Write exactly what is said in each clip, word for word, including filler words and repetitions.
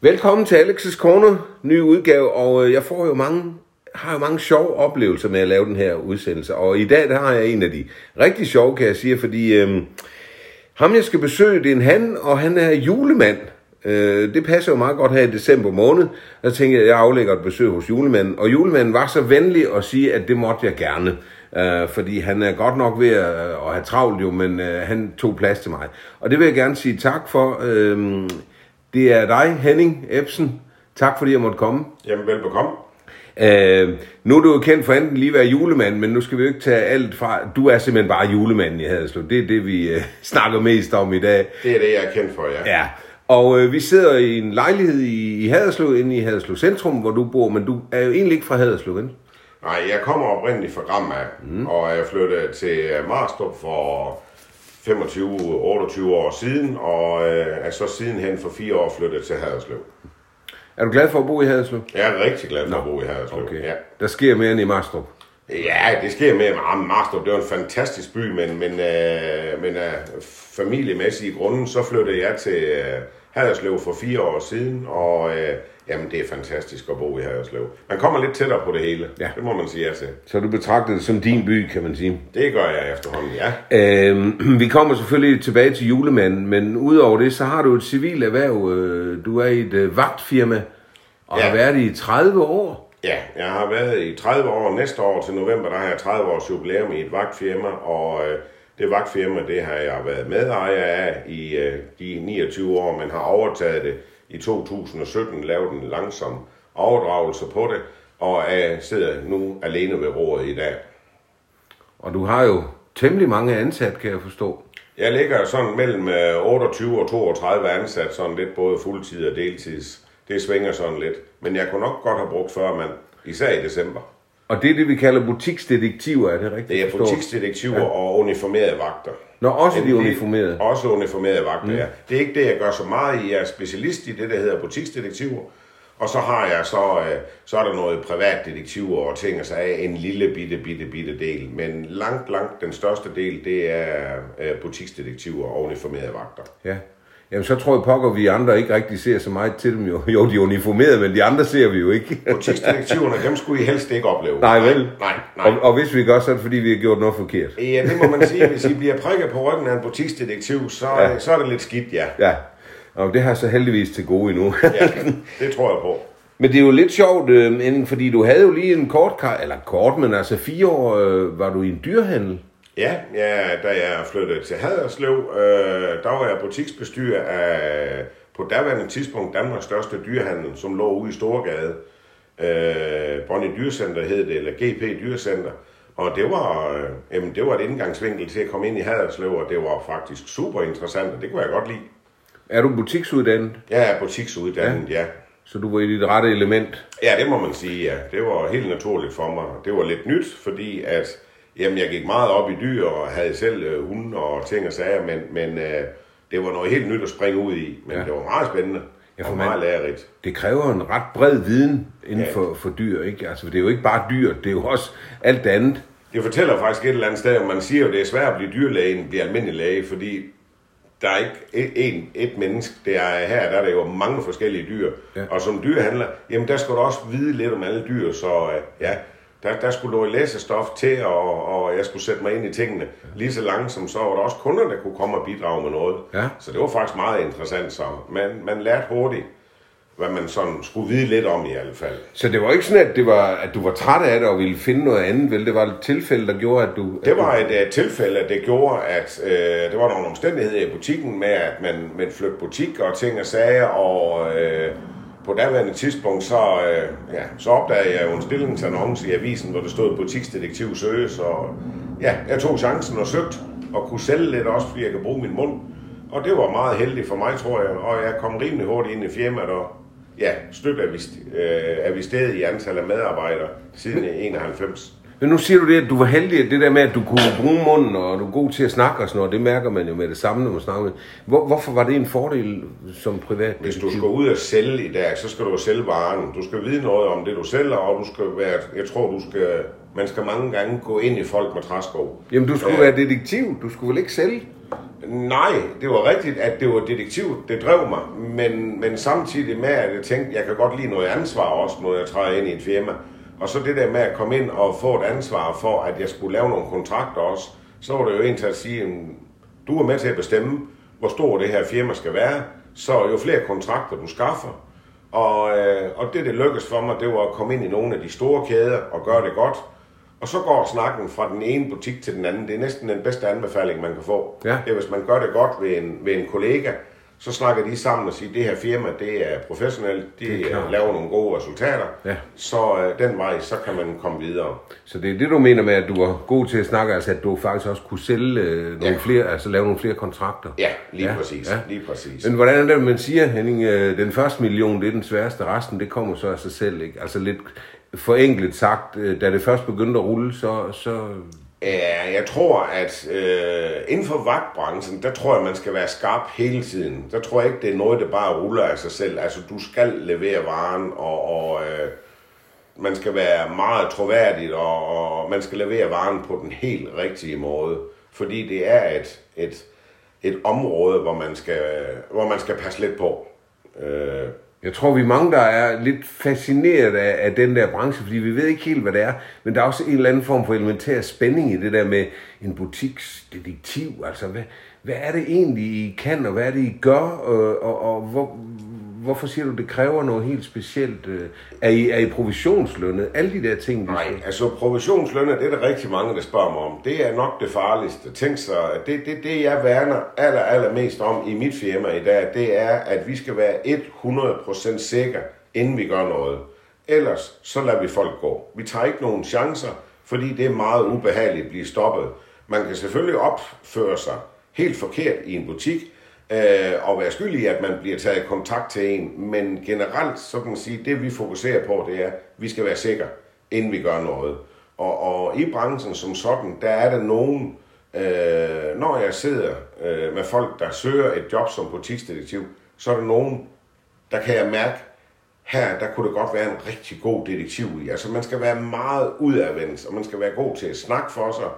Velkommen til Alex's Corner, ny udgave, og jeg får jo mange, har jo mange sjove oplevelser med at lave den her udsendelse. Og i dag der har jeg en af de rigtig sjove, kan jeg sige, fordi øhm, ham jeg skal besøge, det er en han, og han er julemand. Øh, det passer jo meget godt her i december måned. Der tænkte jeg, at jeg aflægger et besøg hos julemanden, og julemanden var så venlig at sige, at det måtte jeg gerne. Øh, fordi han er godt nok ved at, at have travlt jo, men øh, han tog plads til mig. Og det vil jeg gerne sige tak for. Øh, Det er dig, Henning Ebsen. Tak fordi jeg måtte komme. Jamen, velbekomme. Øh, nu er du jo kendt for enten lige at være julemand, men nu skal vi jo ikke tage alt fra. Du er simpelthen bare julemanden i Haderslev. Det er det, vi øh, snakker mest om i dag. Det er det, jeg er kendt for, ja. Ja, og øh, vi sidder i en lejlighed i, i Haderslev, inde i Haderslev Centrum, hvor du bor, men du er jo egentlig ikke fra Haderslev, vel? Nej, jeg kommer oprindeligt fra Gram af, mm. og jeg flyttede til Marstrup for femogtyve til otteogtyve år siden, og øh, er så sidenhen for fire år flyttet til Haderslev. Er du glad for at bo i Haderslev? Jeg er rigtig glad for Nå, at bo i Haderslev, okay. Ja. Der sker mere end i Marstrup? Ja, det sker mere. Marstrup, det var en fantastisk by, men, men, øh, men af familiemæssige grunde, så flyttede jeg til øh, Haderslev for fire år siden, og øh, jamen, det er fantastisk at bo i Haderslev. Man kommer lidt tættere på det hele, ja. Det må man sige ja til. Så du betragter det som din by, kan man sige? Det gør jeg efterhånden, ja. Øh, vi kommer selvfølgelig tilbage til julemanden, men udover det, så har du et civilt erhverv. Du er i et øh, vagtfirma, og ja. Har været i tredive år. Ja, jeg har været i tredive år. Næste år til november, der har jeg tredive års jubilæum i et vagtfirma, og øh, det vagtfirma, det har jeg været medejer af i øh, de niogtyve år, men har overtaget det i to tusind og sytten, lavet en langsom overdragelse på det, og jeg sidder nu alene ved roret i dag. Og du har jo temmelig mange ansat, kan jeg forstå. Jeg ligger sådan mellem otteogtyve og toogtredive ansat, sådan lidt både fuldtid og deltids. Det svinger sådan lidt, men jeg kunne nok godt have brugt fyrre mand, især i december. Og det er det, vi kalder butiksdetektiver, er det rigtigt? Det er forstået? Butiksdetektiver ja. Og uniformerede vagter. Nå, også de uniformerede? Også uniformerede vagter, mm. ja. Det er ikke det, jeg gør så meget i. Jeg er specialist i det, der hedder butiksdetektiver. Og så har jeg så, så er der noget privatdetektiver og ting og så af en lille bitte, bitte, bitte del. Men langt, langt den største del, det er butiksdetektiver og uniformerede vagter. Ja. Jamen, så tror jeg pokker, vi andre ikke rigtig ser så meget til dem. Jo, jo de er uniformerede, men de andre ser vi jo ikke. Butiksdetektiverne, dem skulle I helst ikke opleve. Nej, vel? Nej, nej. Og, og hvis vi gør, så er det fordi, vi har gjort noget forkert. Ja, det må man sige. Hvis I bliver prikket på ryggen af en butiksdetektiv, så, ja. Så er det lidt skidt, ja. Ja, og det har så heldigvis til gode endnu. Ja, det tror jeg på. Men det er jo lidt sjovt, øh, fordi du havde jo lige en kort, eller kort, men altså fire år øh, var du i en dyrehandel. Ja, ja, da jeg flyttede til Haderslev, øh, der var jeg butiksbestyrer af, på daværende tidspunkt, Danmarks største dyrehandel, som lå ude i Storgade. Øh, Bonnie Dyrecenter hed det, eller G P Dyrecenter. Og det var, øh, jamen, det var et indgangsvinkel til at komme ind i Haderslev, og det var faktisk super interessant, og det kunne jeg godt lide. Er du butiksuddannet? Jeg er butiksuddannet, ja. ja. Så du var i dit rette element? Ja, det må man sige, ja. Det var helt naturligt for mig. Det var lidt nyt, fordi at jamen, jeg gik meget op i dyr og havde selv øh, hunde og ting og sager, men, men øh, det var noget helt nyt at springe ud i. Men ja. Det var meget spændende ja, og meget lærerigt. Det kræver en ret bred viden inden ja. for, for dyr, ikke? Altså, det er jo ikke bare dyr, det er jo også alt det andet. Det fortæller faktisk et eller andet sted, og man siger jo, det er svært at blive dyrlæge end blive almindelig læge, fordi der er ikke et, et menneske. Det er her, der er der jo mange forskellige dyr. Ja. Og som dyrehandler, jamen der skal du også vide lidt om alle dyr, så øh, ja... Der, der skulle noget læsestof til, og, og jeg skulle sætte mig ind i tingene lige så langsomt, så var der også kunder, der kunne komme og bidrage med noget. Ja. Så det var faktisk meget interessant, så man, man lærte hurtigt, hvad man sådan skulle vide lidt om i hvert fald. Så det var ikke sådan, at, det var, at du var træt af det og ville finde noget andet, vel? Det var et tilfælde, der gjorde, at du... At det var du... et uh, tilfælde, der gjorde, at uh, der var nogle omstændigheder i butikken med, at man, man flyttede butik og ting og sager, og... Uh, På daværende tidspunkt, så, øh, ja, så opdagede jeg jo en stillingsannonce i avisen, hvor der stod butiksdetektiv søges, og ja, jeg tog chancen og søgte, og kunne sælge lidt også, fordi jeg kan bruge min mund. Og det var meget heldigt for mig, tror jeg, og jeg kom rimelig hurtigt ind i firmaet, og ja, støt er vi, øh, er vi stedet i antal af medarbejdere siden enoghalvfems. Men nu siger du det, at du var heldig, det der med, at du kunne bruge munden, og du er god til at snakke og sådan noget, det mærker man jo med det samme, når man snakker med. Hvor, hvorfor var det en fordel som privat? Hvis du skal ud og sælge i dag, så skal du sælge varen. Du skal vide noget om det, du sælger, og du skal være, jeg tror, du skal, man skal mange gange gå ind i folk med træsko. Jamen, du skulle øh, være detektiv, du skulle vel ikke sælge? Nej, det var rigtigt, at det var detektiv, det drev mig, men, men samtidig med, at jeg tænkte, jeg kan godt lide noget ansvar også, når jeg træder ind i et firma. Og så det der med at komme ind og få et ansvar for, at jeg skulle lave nogle kontrakter også, så var det jo en til at sige, du er med til at bestemme, hvor stor det her firma skal være, så jo flere kontrakter du skaffer. Og, øh, og det, det lykkedes for mig, det var at komme ind i nogle af de store kæder og gøre det godt. Og så går snakken fra den ene butik til den anden. Det er næsten den bedste anbefaling, man kan få. Ja. Det er, hvis man gør det godt ved en, ved en kollega, så snakker de sammen og siger, at det her firma, det er professionelt, de laver nogle gode resultater. Ja. Så øh, den vej, så kan man komme videre. Så det er det, du mener med, at du er god til at snakke, altså at du faktisk også kunne sælge øh, nogle ja. flere, altså lave nogle flere kontrakter? Ja, lige, ja. Præcis. Ja. lige præcis. Men hvordan er det, man siger, Henning, øh, den første million, det er den sværeste, resten, det kommer så af sig selv, ikke? Altså lidt forenklet sagt, øh, da det først begyndte at rulle, så... så Ja, jeg tror, at øh, inden for vagtbranchen, der tror jeg, man skal være skarp hele tiden. Der tror jeg ikke, det er noget, der bare ruller af sig selv. Altså, du skal levere varen, og, og øh, man skal være meget troværdigt, og, og man skal levere varen på den helt rigtige måde. Fordi det er et, et, et område, hvor man skal, hvor man skal passe lidt på. Øh, Jeg tror, vi er mange, der er lidt fascineret af, af den der branche, fordi vi ved ikke helt, hvad det er, men der er også en eller anden form for elementær spænding i det der med en butiksdetektiv. Altså, hvad, hvad er det egentlig, I kan, og hvad er det, I gør, og, og, og hvor, hvorfor siger du, det kræver noget helt specielt? Er I, er I provisionslønnet? Alle de der ting? Nej, altså provisionslønnet, det er der rigtig mange, der spørger mig om. Det er nok det farligste. Tænk så, at det, det, det jeg værner aller, aller mest om i mit firma i dag, det er, at vi skal være hundrede procent sikre, inden vi gør noget. Ellers så lader vi folk gå. Vi tager ikke nogen chancer, fordi det er meget ubehageligt at blive stoppet. Man kan selvfølgelig opføre sig helt forkert i en butik, Øh, og være skyldig i, at man bliver taget i kontakt til en. Men generelt, så kan man sige, det vi fokuserer på, det er, at vi skal være sikre, inden vi gør noget. Og, og i branchen som sådan, der er der nogen, øh, når jeg sidder øh, med folk, der søger et job som butiksdetektiv, så er der nogen, der kan jeg mærke, her der kunne det godt være en rigtig god detektiv i. Altså man skal være meget udadvendt, og man skal være god til at snakke for sig.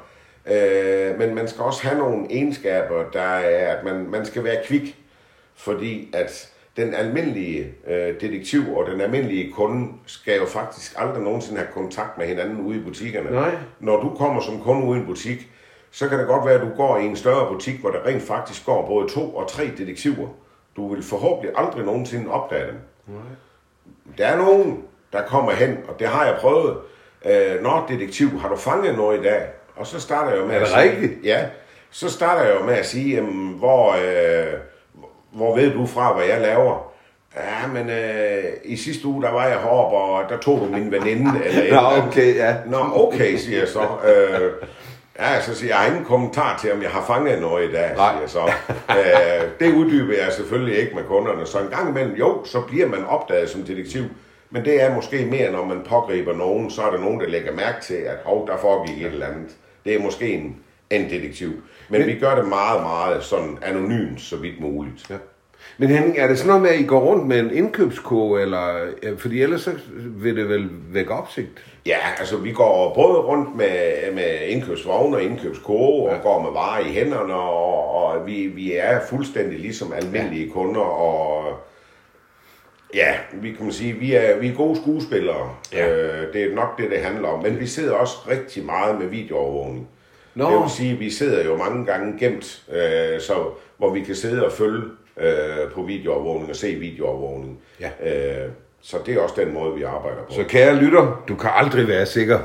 Øh, men man skal også have nogle egenskaber, der er, at man, man skal være kvik, fordi at den almindelige øh, detektiv og den almindelige kunde skal jo faktisk aldrig nogensinde have kontakt med hinanden ude i butikkerne. Nej. Når du kommer som kunde ude i en butik, så kan det godt være, at du går i en større butik, hvor der rent faktisk går både to og tre detektiver. Du vil forhåbentlig aldrig nogensinde opdage dem. Nej. Der er nogen, der kommer hen, og det har jeg prøvet. Øh, når detektiv, har du fanget noget i dag? Og så starter jeg jo med er det at sige, rigtigt? Ja, så starter jeg jo med at sige, jamen, hvor, øh, hvor ved du fra, hvad jeg laver? Ja, men øh, i sidste uge, der var jeg heroppe, og der tog du min veninde. Eller Nå, okay, ja. Nå, okay, siger jeg så. Øh, ja, så siger jeg, jeg har ingen kommentar til, om jeg har fanget noget i dag, Nej. siger jeg så. Øh, det uddyber jeg selvfølgelig ikke med kunderne. Så en gang imellem, jo, så bliver man opdaget som detektiv. Men det er måske mere, når man pågriber nogen, så er der nogen, der lægger mærke til, at hov, der foregik et eller andet. Det er måske en, en detektiv. Men, Men vi gør det meget, meget sådan anonymt, så vidt muligt. Ja. Men Henning, er det sådan noget med, at I går rundt med en indkøbskurve, eller, fordi ellers så vil det vel vække opsigt? Ja, altså vi går både rundt med, med indkøbsvogne og indkøbskurve, ja. og går med varer i hænderne, og, og vi, vi er fuldstændig ligesom almindelige ja. kunder, og ja, vi kan man sige, vi er, vi er gode skuespillere. Ja. Øh, det er nok det, det handler om. Men vi sidder også rigtig meget med videoovervågning. No. Det vil sige, at vi sidder jo mange gange gemt, øh, så, hvor vi kan sidde og følge øh, på videoovervågning og se videoovervågning. Ja. Øh, så det er også den måde, vi arbejder på. Så kære lytter, du kan aldrig være sikker.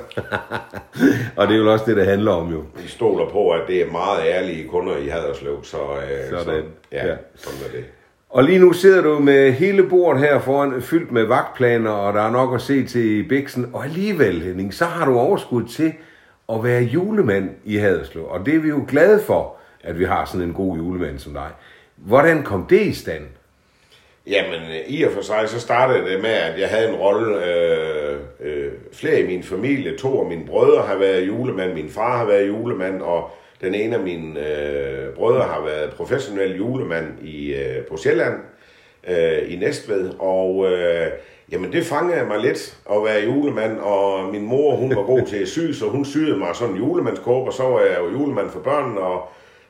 Og det er jo også det, det handler om jo. Vi stoler på, at det er meget ærlige kunder i Haderslev. Så, øh, sådan. Så, ja, ja, sådan er det. Og lige nu sidder du med hele bordet her foran, fyldt med vagtplaner, og der er nok at se til i biksen. Og alligevel, Henning, så har du overskud til at være julemand i Haderslev. Og det er vi jo glade for, at vi har sådan en god julemand som dig. Hvordan kom det i stand? Jamen, i og for sig, så startede det med, at jeg havde en rolle. Øh, øh, flere i min familie, to af mine brødre har været julemand, min far har været julemand, og den ene af mine øh, brødre har været professionel julemand i, øh, på Sjælland, øh, i Næstved, og øh, jamen det fangede mig lidt at være julemand, og min mor, hun var god til at sy, så hun syede mig sådan en julemandskåbe, og så var jeg jo julemand for børnene, og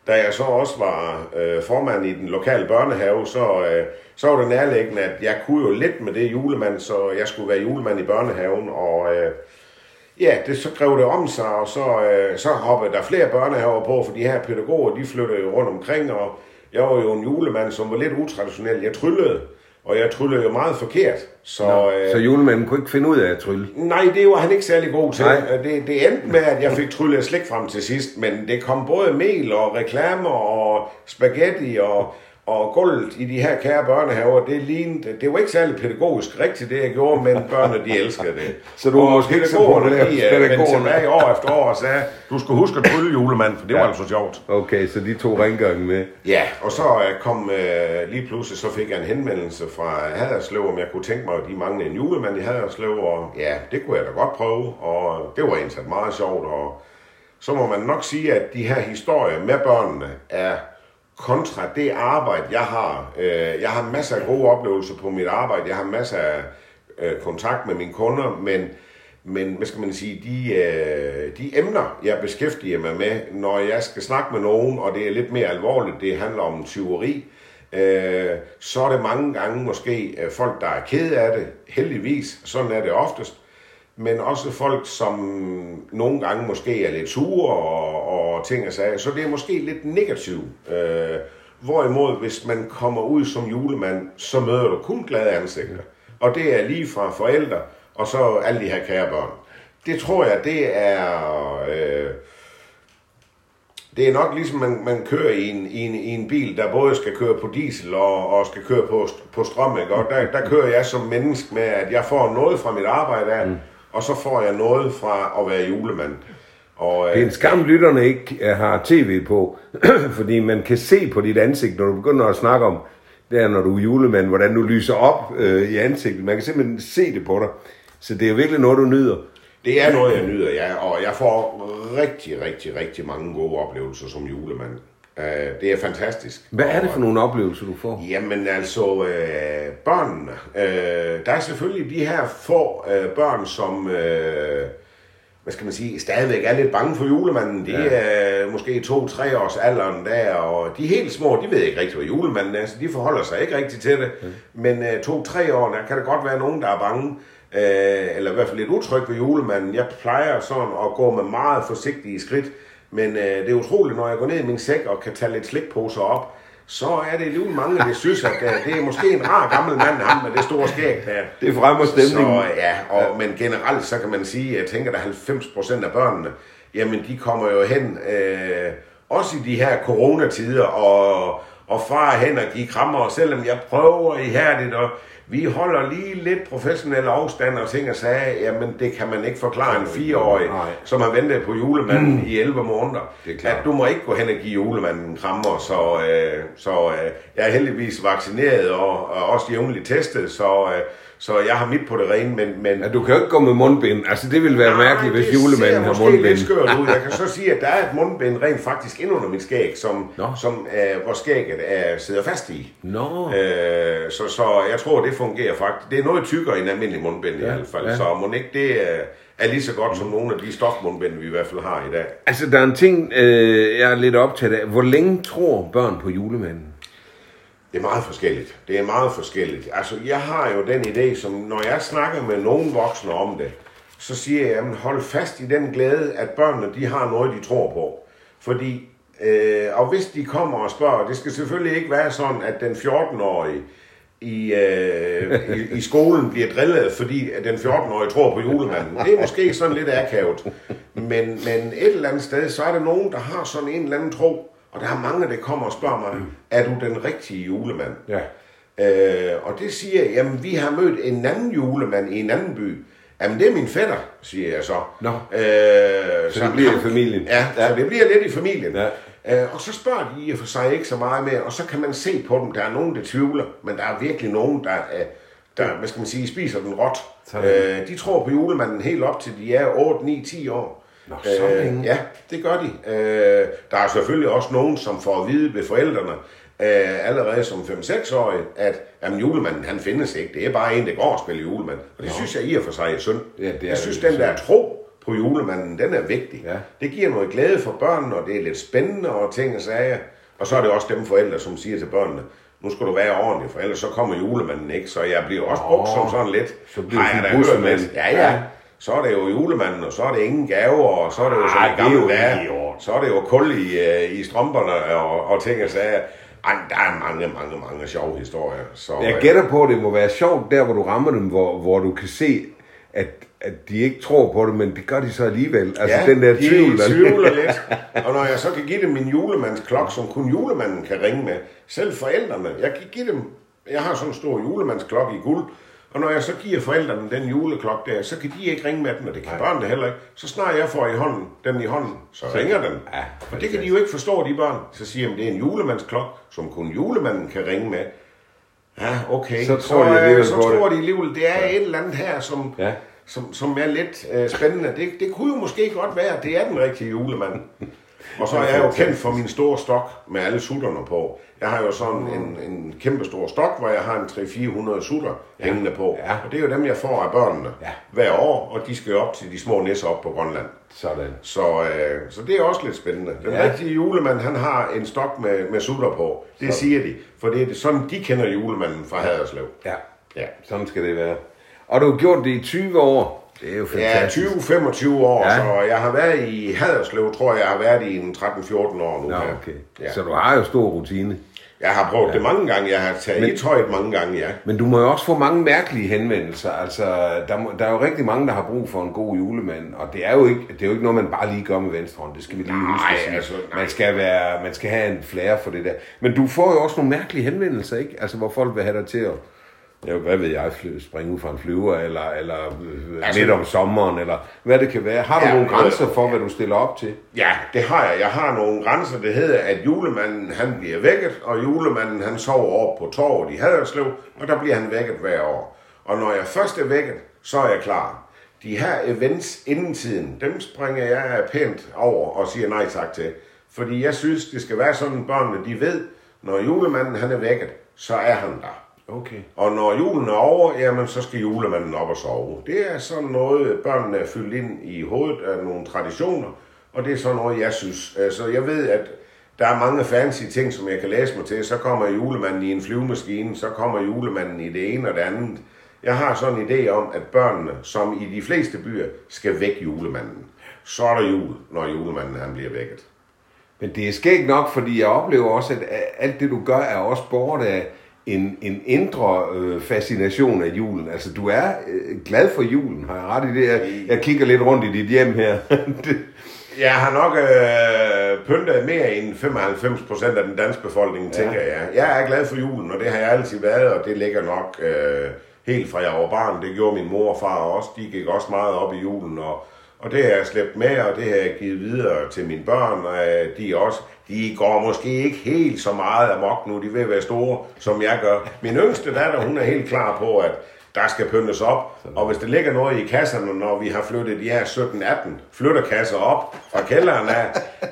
da jeg så også var øh, formand i den lokale børnehave, så, øh, så var det nærliggende, at jeg kunne jo lidt med det julemand, så jeg skulle være julemand i børnehaven, og øh, ja, det så greb det om sig, og så, øh, så hoppede der flere børnehaver på, for de her pædagoger, de flyttede jo rundt omkring, og jeg var jo en julemand, som var lidt utraditionel. Jeg tryllede, og jeg tryllede jo meget forkert. Så, Nå, øh, så julemanden kunne ikke finde ud af at trylle? Nej, det var han ikke særlig god til. Nej. Det, det endte med, at jeg fik tryllet slik frem til sidst, men det kom både mel og reklamer og spaghetti og, og gulvet i de her kære børnehaver. Det lignede, det var ikke særlig pædagogisk rigtigt, det jeg gjorde, men børnene, de elskede det. Så du var måske ikke så på at lave pædagogerne tilbage år efter år og sagde, du skulle huske at trylle julemand, for det ja. var altså sjovt. Okay, så de tog rengøringen med. Ja, og så uh, kom uh, lige pludselig, så fik jeg en henvendelse fra Haderslev, om jeg kunne tænke mig, at de manglede en julemand i Haderslev, og ja, det kunne jeg da godt prøve, og det var indsat meget sjovt, og så må man nok sige, at de her historier med børnene er kontra det arbejde, jeg har. Uh, jeg har masser af gode oplevelser på mit arbejde, jeg har masser af uh, kontakt med mine kunder, men Men, hvad skal man sige, de, øh, de emner, jeg beskæftiger mig med, når jeg skal snakke med nogen, og det er lidt mere alvorligt, det handler om tyveri, øh, så er det mange gange måske folk, der er kede af det, heldigvis, sådan er det oftest, men også folk, som nogle gange måske er lidt sure og, og ting og sager, så det er måske lidt negativt. Øh, hvorimod, hvis man kommer ud som julemand, så møder du kun glade ansigter, og det er lige fra forældre, og så alle de her kære børn. Det tror jeg, det er... Øh, det er nok ligesom, man, man kører i en, i, en, i en bil, der både skal køre på diesel og, og skal køre på, på strøm. Ikke? Og der, der kører jeg som menneske med, at jeg får noget fra mit arbejde af, mm. og så får jeg noget fra at være julemand. Og, det er en skam, lytterne ikke har tv på, fordi man kan se på dit ansigt, når du begynder at snakke om, det er, når du er julemand, hvordan du lyser op øh, i ansigtet. Man kan simpelthen se det på dig. Så det er jo virkelig noget, du nyder. Det er noget, jeg nyder, ja. Og jeg får rigtig, rigtig, rigtig mange gode oplevelser som julemand. Uh, det er fantastisk. Hvad er det for nogle oplevelser, du får? Jamen altså, uh, børnene. Uh, der er selvfølgelig de her få uh, børn, som... Uh, hvad skal man sige, stadigvæk er lidt bange for julemanden. De ja. er måske to-tre års alderen der, og de helt små, de ved ikke rigtig, hvad julemanden er, så de forholder sig ikke rigtig til det. Ja. Men uh, to-tre år, der kan det godt være nogen, der er bange, uh, eller i hvert fald lidt utryg ved julemanden. Jeg plejer sådan at gå med meget forsigtige skridt, men uh, det er utroligt, når jeg går ned i min sæk og kan tage lidt slikposer op, så er det alligevel mange, der synes, at det er måske en rar gammel mand, ham med det store skæg der. Det fremmer stemningen. Så, ja, og, men generelt så kan man sige, jeg tænker, at halvfems procent af børnene, jamen de kommer jo hen, øh, også i de her coronatider, og, og far hen og de krammer, og selvom jeg prøver ihærdigt, og vi holder lige lidt professionelle afstand og ting og sager, jamen det kan man ikke forklare en fireårig, som har ventet på julemanden mm. i elleve måneder. At du må ikke gå hen og give julemanden en krammer, så, øh, så øh, jeg er heldigvis vaccineret og, og også jævnligt testet, så, øh, så jeg har mit på det rene, men... men ja, du kan jo ikke gå med mundbind, altså det ville være nej, mærkeligt, hvis julemanden har mundbind. Det ser måske lidt skørt ud. Jeg kan så sige, at der er et mundbind rent faktisk ind under mit skæg, som, som øh, hvor skægget er, sidder fast i. No. Øh, så, så jeg tror, det fungerer faktisk. Det er noget tykkere end almindelig mundbind ja, i hvert fald, ja. Så må ikke det er, er lige så godt som nogle af de stofmundbind, vi i hvert fald har i dag. Altså, der er en ting, øh, jeg er lidt optaget af. Hvor længe tror børn på julemanden? Det er meget forskelligt. Det er meget forskelligt. Altså, jeg har jo den idé, som når jeg snakker med nogen voksne om det, så siger jeg, jamen hold fast i den glæde, at børnene, de har noget, de tror på. Fordi, øh, og hvis de kommer og spørger, det skal selvfølgelig ikke være sådan, at den fjorten-årige i, øh, i, i skolen bliver drillet, fordi at den fjorten-årige tror på julemanden. Det er måske sådan lidt akavet. Men, men et eller andet sted, så er der nogen, der har sådan en eller anden tro. Og der er mange, der kommer og spørger mig, mm. er du den rigtige julemand? Ja. Øh, og det siger jeg, jamen vi har mødt en anden julemand i en anden by. Jamen det er min fætter, siger jeg så. Nå. Øh, så, så det bliver i familien. Ja, ja, så det bliver lidt i familien. Ja. Øh, og så spørger de i og for sig ikke så meget mere, og så kan man se på dem, der er nogen, der tvivler, men der er virkelig nogen, der, der hvad skal man sige, spiser den råt. Øh, de tror på julemanden helt op til de er otte, ni, ti år. Nå, øh, ja, det gør de. Øh, der er selvfølgelig også nogen, som får at vide ved forældrene, øh, allerede som fem-seks-årige, at jamen, julemanden, han findes ikke. Det er bare en, der går og spiller julemand. Og det Nå. synes jeg i og for sig er synd. Ja, det er jeg synes, det, den der tro på julemanden, den er vigtig. Ja. Det giver noget glæde for børnene, og det er lidt spændende og ting og sager. Og så er det også dem forældre, som siger til børnene, nu skal du være ordentlig, for ellers så kommer julemanden ikke. Så jeg bliver også brugt som sådan lidt. Så bliver det bussemanden. Ja, ja. Så er det jo julemanden, og så er det ingen gaver, og så er det jo sådan en gammel vejr. Så er det jo kul i, i strømperne og, og ting og sager. Ej, der er mange, mange, mange sjove historier. Så, jeg gætter på, at det må være sjovt der, hvor du rammer dem, hvor, hvor du kan se, at, at de ikke tror på det, men det gør de så alligevel. Altså ja, den der tvivl. de tvivler lidt. Og når jeg så kan give dem min julemandsklokke, som kun julemanden kan ringe med, selv forældrene, jeg kan give dem, jeg har sådan en stor julemandsklokke i guld, og når jeg så giver forældrene den juleklokke der, så kan de ikke ringe med den, og det kan børnene heller ikke. Så snart jeg får i hånden, den i hånden, så ringer den. Ja, og det kan de jo ikke forstå, de børn. Så siger de, det er en julemandsklokke, som kun julemanden kan ringe med. Ja, okay. Så tror de alligevel så, på så det. tror de alligevel, det er ja. et eller andet her, som, ja. som, som er lidt øh, spændende. Det, det kunne jo måske godt være, at det er den rigtige julemand. Og så er jeg jo kendt for min store stok med alle sutterne på. Jeg har jo sådan en, en kæmpe stor stok, hvor jeg har en tre til fire hundrede sutter ja. hængende på. Ja. Og det er jo dem, jeg får af børnene ja. hver år, og de skal op til de små nisser op på Grønland. Sådan. Så, øh, så det er også lidt spændende. Den ja. rigtige julemand, han har en stok med, med sutter på. Det sådan. siger de, for det er sådan, de kender julemanden fra Haderslev. Ja. ja, sådan skal det være. Og du har gjort det i tyve år. Det er jo fantastisk. Ja, tyve til femogtyve år, ja. Så jeg har været i Haderslev, tror jeg, jeg har været i en tretten fjorten år nu. Ja, okay. Ja. Så du har jo stor rutine. Jeg har prøvet ja. det mange gange, jeg har taget men, i tøjet mange gange, ja. Men du må jo også få mange mærkelige henvendelser. Altså, der, må, der er jo rigtig mange, der har brug for en god julemand, og det er jo ikke, det er jo ikke noget, man bare lige gør med venstre hånd. Det skal vi lige nej, huske at sige. Altså, man, skal være, man skal have en flair for det der. Men du får jo også nogle mærkelige henvendelser, ikke? Altså, hvor folk vil have dig til at... Ja, hvad ved jeg, springe ud fra en flyver, eller, eller altså, midt om sommeren, eller hvad det kan være. Har du ja, nogle grænser for, hvad du stiller op til? Ja, det har jeg. Jeg har nogle grænser, det hedder, at julemanden han bliver vækket, og julemanden han sover op på torvet i Haderslev, og der bliver han vækket hver år. Og når jeg først er vækket, så er jeg klar. De her events inden tiden, dem springer jeg pænt over og siger nej tak til. Fordi jeg synes, det skal være sådan, børnene de ved, når julemanden han er vækket, så er han der. Okay. Og når julen er over, jamen så skal julemanden op og sove. Det er sådan noget, børnene er fyldt ind i hovedet af nogle traditioner, og det er sådan noget, jeg synes. Så jeg ved, at der er mange fancy ting, som jeg kan læse mig til. Så kommer julemanden i en flyvemaskine, så kommer julemanden i det ene og det andet. Jeg har sådan en idé om, at børnene, som i de fleste byer, skal væk julemanden. Så er der jul, når julemanden han bliver vækket. Men det er skægt nok, fordi jeg oplever også, at alt det du gør, er også båret af En, en indre øh, fascination af julen. Altså, du er øh, glad for julen, har jeg ret i det? Jeg, jeg kigger lidt rundt i dit hjem her. Jeg har nok øh, pyntet mere end femoghalvfems procent af den danske befolkning, ja. tænker jeg. Jeg er glad for julen, og det har jeg altid været, og det ligger nok øh, helt fra jeg var barn. Det gjorde min mor og far også. De gik også meget op i julen, og, og det har jeg slæbt med, og det har jeg givet videre til mine børn, og øh, de også. De går måske ikke helt så meget amok nu, de vil være store, som jeg gør. Min yngste datter, hun er helt klar på, at der skal pyntes op. Og hvis der ligger noget i kasserne, når vi har flyttet de her sytten atten flyttekasser op fra kælderen af,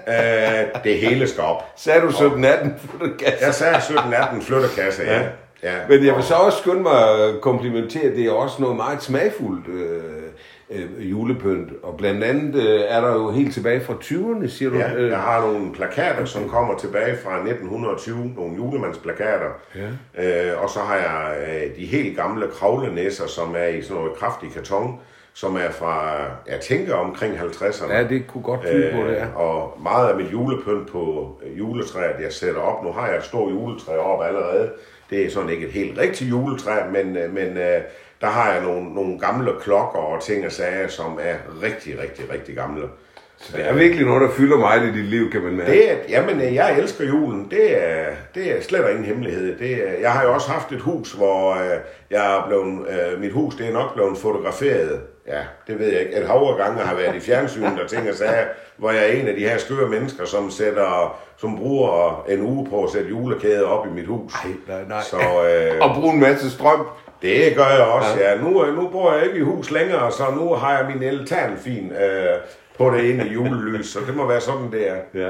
øh, det hele skal op. Sagde du sytten atten flyttekasser? Jeg sagde sytten atten flyttekasser, ja. ja. Men jeg vil så også skynde mig at komplimentere, det er også noget meget smagfuldt øh, øh, julepynt. Og blandt andet øh, er der jo helt tilbage fra tyverne, siger du? Ja, jeg har nogle plakater, som kommer tilbage fra nitten tyve, nogle julemandsplakater. Ja. Øh, og så har jeg øh, de helt gamle kravlenæsser, som er i sådan noget kraftig karton, som er fra, jeg tænker, omkring halvtredserne. Ja, det kunne godt tyde på det, ja. Og meget af mit julepynt på juletræet, jeg sætter op. Nu har jeg et stort juletræ op allerede. Det er sådan ikke et helt rigtigt juletræ, men, men der har jeg nogle, nogle gamle klokker og ting og sager, som er rigtig, rigtig, rigtig gamle. Så det er virkelig noget, der fylder meget i dit liv, kan man mærke. Det er, jamen, jeg elsker julen. Det er, det er slet ingen hemmelighed. Det er, jeg har jo også haft et hus, hvor øh, jeg er blevet, øh, mit hus det er nok blevet fotograferet. Ja, det ved jeg ikke. Et hav af gange har været i fjernsynet og ting og sager, hvor jeg er en af de her skøre mennesker, som sætter, som bruger en uge på at sætte julekæder op i mit hus. Nej, nej, nej. Så, øh, og bruge en masse strøm. Det gør jeg også, ja. ja. Nu, nu bor jeg ikke i hus længere, så nu har jeg min altanfin øh, på det ene julelys, så det må være sådan, det er. Ja.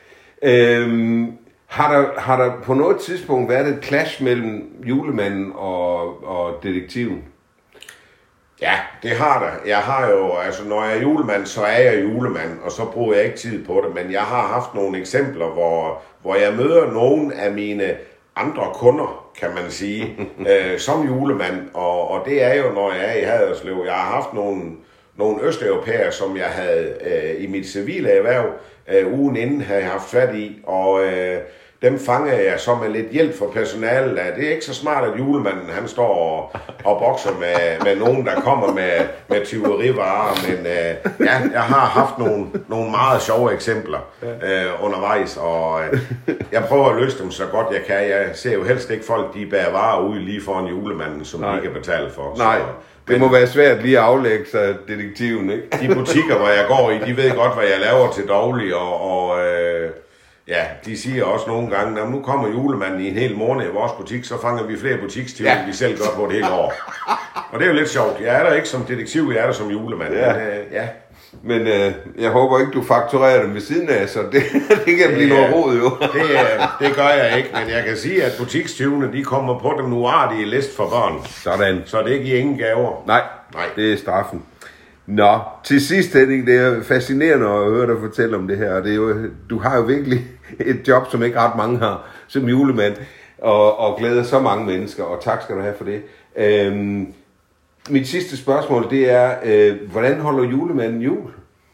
Øhm, har, der, har der på noget tidspunkt været et clash mellem julemanden og, og detektiven? Ja, det har der. Jeg har jo, altså når jeg er julemand, så er jeg julemand, og så bruger jeg ikke tid på det, men jeg har haft nogle eksempler, hvor, hvor jeg møder nogle af mine andre kunder, kan man sige, øh, som julemand, og, og det er jo, når jeg er i Haderslev. Jeg har haft nogle, nogle østeuropæere, som jeg havde øh, i mit civile erhverv, øh, ugen inden havde jeg haft fat i, og øh, dem fanger jeg så med lidt hjælp fra personalet. Det er ikke så smart, at julemanden han står og, og bokser med, med nogen, der kommer med, med tyverivarer, men øh, ja, jeg har haft nogle, nogle meget sjove eksempler øh, undervejs, og øh, jeg prøver at løse dem så godt jeg kan. Jeg ser jo helst ikke folk, de bærer varer ud lige foran julemanden, som Nej. de kan betale for. Nej. Så, det må være svært lige at aflægge sig detektiven, ikke? De butikker, hvor jeg går i, de ved godt, hvad jeg laver til daglig, og, og øh, ja, de siger også nogle gange, at nu kommer julemanden i en hel måned i vores butik, så fanger vi flere butikstyve, ja. End vi selv gør på et helt år. Og det er jo lidt sjovt. Jeg er der ikke som detektiv, jeg er der som julemand. Ja. Men, øh, ja. Men øh, jeg håber ikke, du fakturerer dem ved siden af, så det, det kan blive noget rod jo. det, øh, det gør jeg ikke, men jeg kan sige, at butikstyvene, de kommer på dem uartige list for børn. Sådan. Så det giver ingen gaver. Nej, Nej, det er straffen. Nå, til sidst, Henning, det er fascinerende at høre dig fortælle om det her. Og det er jo, du har jo virkelig et job, som ikke ret mange har som julemand, og, og glæder så mange mennesker, og tak skal du have for det. Øhm, mit sidste spørgsmål, det er, øh, hvordan holder julemanden jul?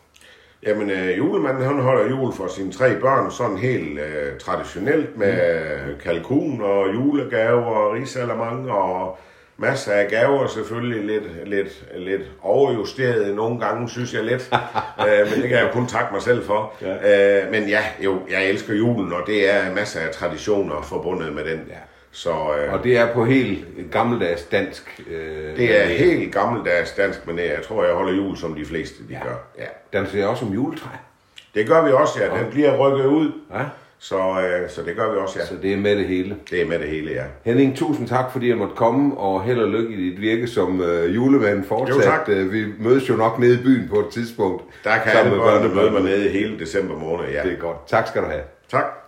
Jamen, øh, julemanden han holder jul for sine tre børn, sådan helt øh, traditionelt med mm. kalkun og julegaver og risalamande og masser af gaver, selvfølgelig lidt, lidt, lidt overjusteret nogle gange, synes jeg lidt, øh, men det kan jeg jo kun takke mig selv for. Ja. Øh, men ja, jo, jeg elsker julen, og det er masser af traditioner forbundet med den. Ja. Så, øh, og det er på helt gammeldags dansk? Øh, det er helt gammeldags dansk, men jeg tror, jeg holder jul, som de fleste de ja. Gør. Ja. Den ser også som juletræ? Det gør vi også, ja. Den bliver rykket ud. Ja. Så, øh, så det gør vi også, ja. Så det er med det hele? Det er med det hele, ja. Henning, tusind tak, fordi jeg måtte komme, og held og lykke i dit virke som øh, julemand fortsat. Jo, tak. Vi mødes jo nok nede i byen på et tidspunkt. Der kan alle børnene møde mig nede i hele december måned, ja. Det er godt. Tak skal du have. Tak.